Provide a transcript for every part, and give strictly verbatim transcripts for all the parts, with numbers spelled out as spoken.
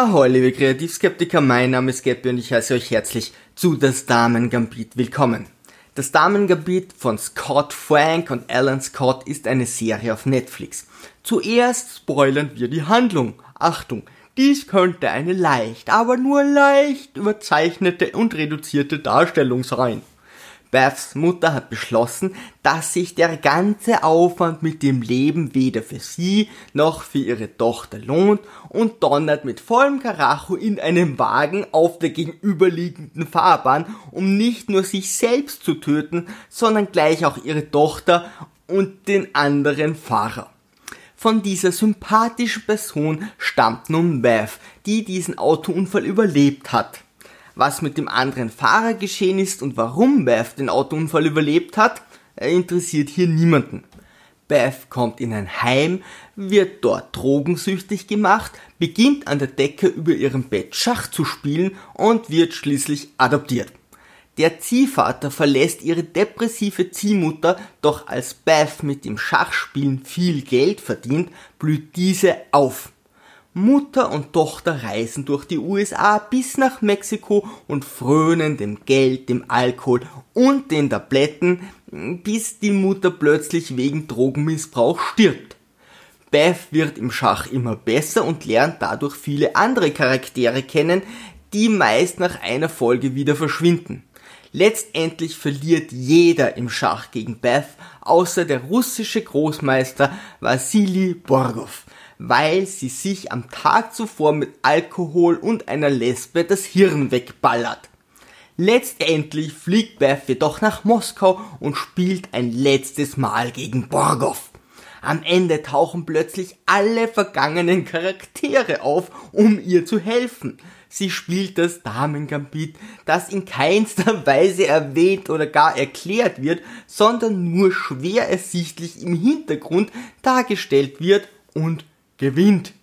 Ahoi, liebe Kreativskeptiker, mein Name ist Gabby und ich heiße euch herzlich zu Das Damen-Gambit willkommen. Das Damen-Gambit von Scott Frank und Alan Scott ist eine Serie auf Netflix. Zuerst spoilern wir die Handlung. Achtung, dies könnte eine leicht, aber nur leicht überzeichnete und reduzierte Darstellung sein. Beths Mutter hat beschlossen, dass sich der ganze Aufwand mit dem Leben weder für sie noch für ihre Tochter lohnt und donnert mit vollem Karacho in einem Wagen auf der gegenüberliegenden Fahrbahn, um nicht nur sich selbst zu töten, sondern gleich auch ihre Tochter und den anderen Fahrer. Von dieser sympathischen Person stammt nun Beth, die diesen Autounfall überlebt hat. Was mit dem anderen Fahrer geschehen ist und warum Beth den Autounfall überlebt hat, interessiert hier niemanden. Beth kommt in ein Heim, wird dort drogensüchtig gemacht, beginnt an der Decke über ihrem Bett Schach zu spielen und wird schließlich adoptiert. Der Ziehvater verlässt ihre depressive Ziehmutter, doch als Beth mit dem Schachspielen viel Geld verdient, blüht diese auf. Mutter und Tochter reisen durch die U S A bis nach Mexiko und frönen dem Geld, dem Alkohol und den Tabletten, bis die Mutter plötzlich wegen Drogenmissbrauch stirbt. Beth wird im Schach immer besser und lernt dadurch viele andere Charaktere kennen, die meist nach einer Folge wieder verschwinden. Letztendlich verliert jeder im Schach gegen Beth, außer der russische Großmeister Wassili Borgow, weil sie sich am Tag zuvor mit Alkohol und einer Lesbe das Hirn wegballert. Letztendlich fliegt Beth jedoch nach Moskau und spielt ein letztes Mal gegen Borgow. Am Ende tauchen plötzlich alle vergangenen Charaktere auf, um ihr zu helfen. Sie spielt das Damen-Gambit, das in keinster Weise erwähnt oder gar erklärt wird, sondern nur schwer ersichtlich im Hintergrund dargestellt wird und gewinnt.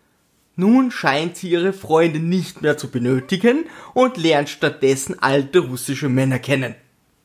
Nun scheint sie ihre Freunde nicht mehr zu benötigen und lernt stattdessen alte russische Männer kennen.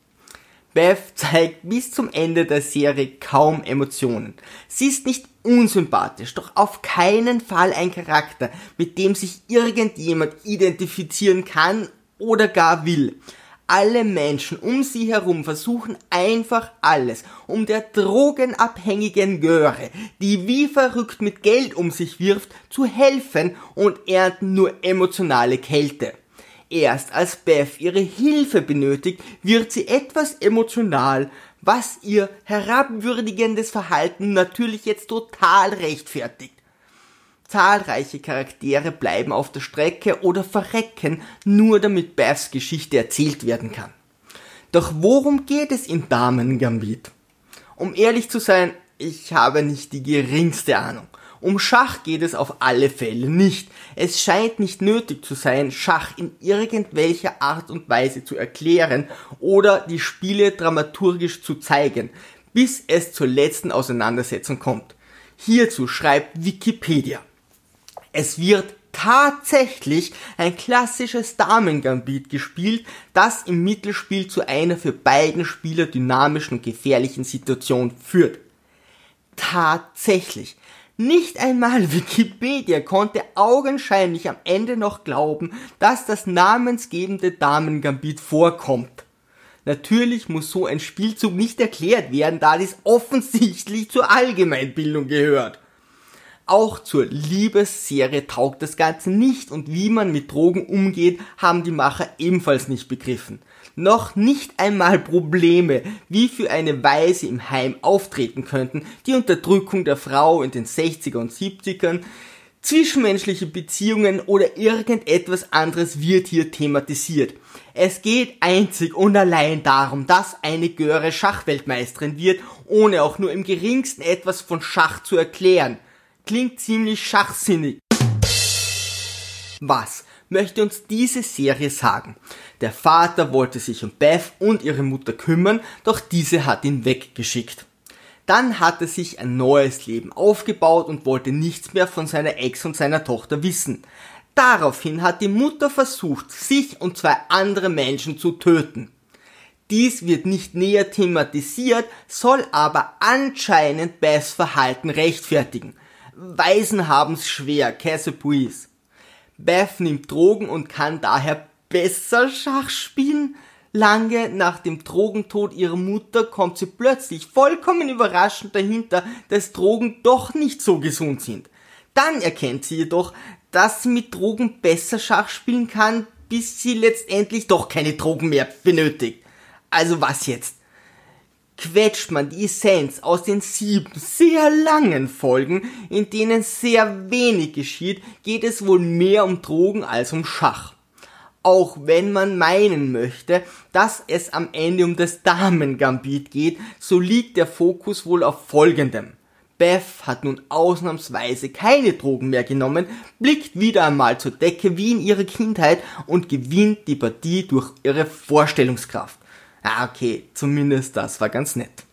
Beth zeigt bis zum Ende der Serie kaum Emotionen. Sie ist nicht unsympathisch, doch auf keinen Fall ein Charakter, mit dem sich irgendjemand identifizieren kann oder gar will. Alle Menschen um sie herum versuchen einfach alles, um der drogenabhängigen Göre, die wie verrückt mit Geld um sich wirft, zu helfen und ernten nur emotionale Kälte. Erst als Beth ihre Hilfe benötigt, wird sie etwas emotional, was ihr herabwürdigendes Verhalten natürlich jetzt total rechtfertigt. Zahlreiche Charaktere bleiben auf der Strecke oder verrecken, nur damit Beths Geschichte erzählt werden kann. Doch worum geht es in Damen-Gambit? Um ehrlich zu sein, ich habe nicht die geringste Ahnung. Um Schach geht es auf alle Fälle nicht. Es scheint nicht nötig zu sein, Schach in irgendwelcher Art und Weise zu erklären oder die Spiele dramaturgisch zu zeigen, bis es zur letzten Auseinandersetzung kommt. Hierzu schreibt Wikipedia: Es wird tatsächlich ein klassisches Damen-Gambit gespielt, das im Mittelspiel zu einer für beiden Spieler dynamischen und gefährlichen Situation führt. Tatsächlich. Nicht einmal Wikipedia konnte augenscheinlich am Ende noch glauben, dass das namensgebende Damen-Gambit vorkommt. Natürlich muss so ein Spielzug nicht erklärt werden, da dies offensichtlich zur Allgemeinbildung gehört. Auch zur Liebesserie taugt das Ganze nicht und wie man mit Drogen umgeht, haben die Macher ebenfalls nicht begriffen. Noch nicht einmal Probleme, wie für eine Waise im Heim auftreten könnten, die Unterdrückung der Frau in den sechziger und siebzigern, zwischenmenschliche Beziehungen oder irgendetwas anderes wird hier thematisiert. Es geht einzig und allein darum, dass eine Göre Schachweltmeisterin wird, ohne auch nur im geringsten etwas von Schach zu erklären. Klingt ziemlich schachsinnig. Was möchte uns diese Serie sagen? Der Vater wollte sich um Beth und ihre Mutter kümmern, doch diese hat ihn weggeschickt. Dann hat er sich ein neues Leben aufgebaut und wollte nichts mehr von seiner Ex und seiner Tochter wissen. Daraufhin hat die Mutter versucht, sich und zwei andere Menschen zu töten. Dies wird nicht näher thematisiert, soll aber anscheinend Beths Verhalten rechtfertigen. Waisen haben's schwer, que se puisse. Beth nimmt Drogen und kann daher besser Schach spielen. Lange nach dem Drogentod ihrer Mutter kommt sie plötzlich vollkommen überraschend dahinter, dass Drogen doch nicht so gesund sind. Dann erkennt sie jedoch, dass sie mit Drogen besser Schach spielen kann, bis sie letztendlich doch keine Drogen mehr benötigt. Also was jetzt? Quetscht man die Essenz aus den sieben sehr langen Folgen, in denen sehr wenig geschieht, geht es wohl mehr um Drogen als um Schach. Auch wenn man meinen möchte, dass es am Ende um das Damen-Gambit geht, so liegt der Fokus wohl auf Folgendem. Beth hat nun ausnahmsweise keine Drogen mehr genommen, blickt wieder einmal zur Decke wie in ihrer Kindheit und gewinnt die Partie durch ihre Vorstellungskraft. Ah, okay, zumindest das war ganz nett.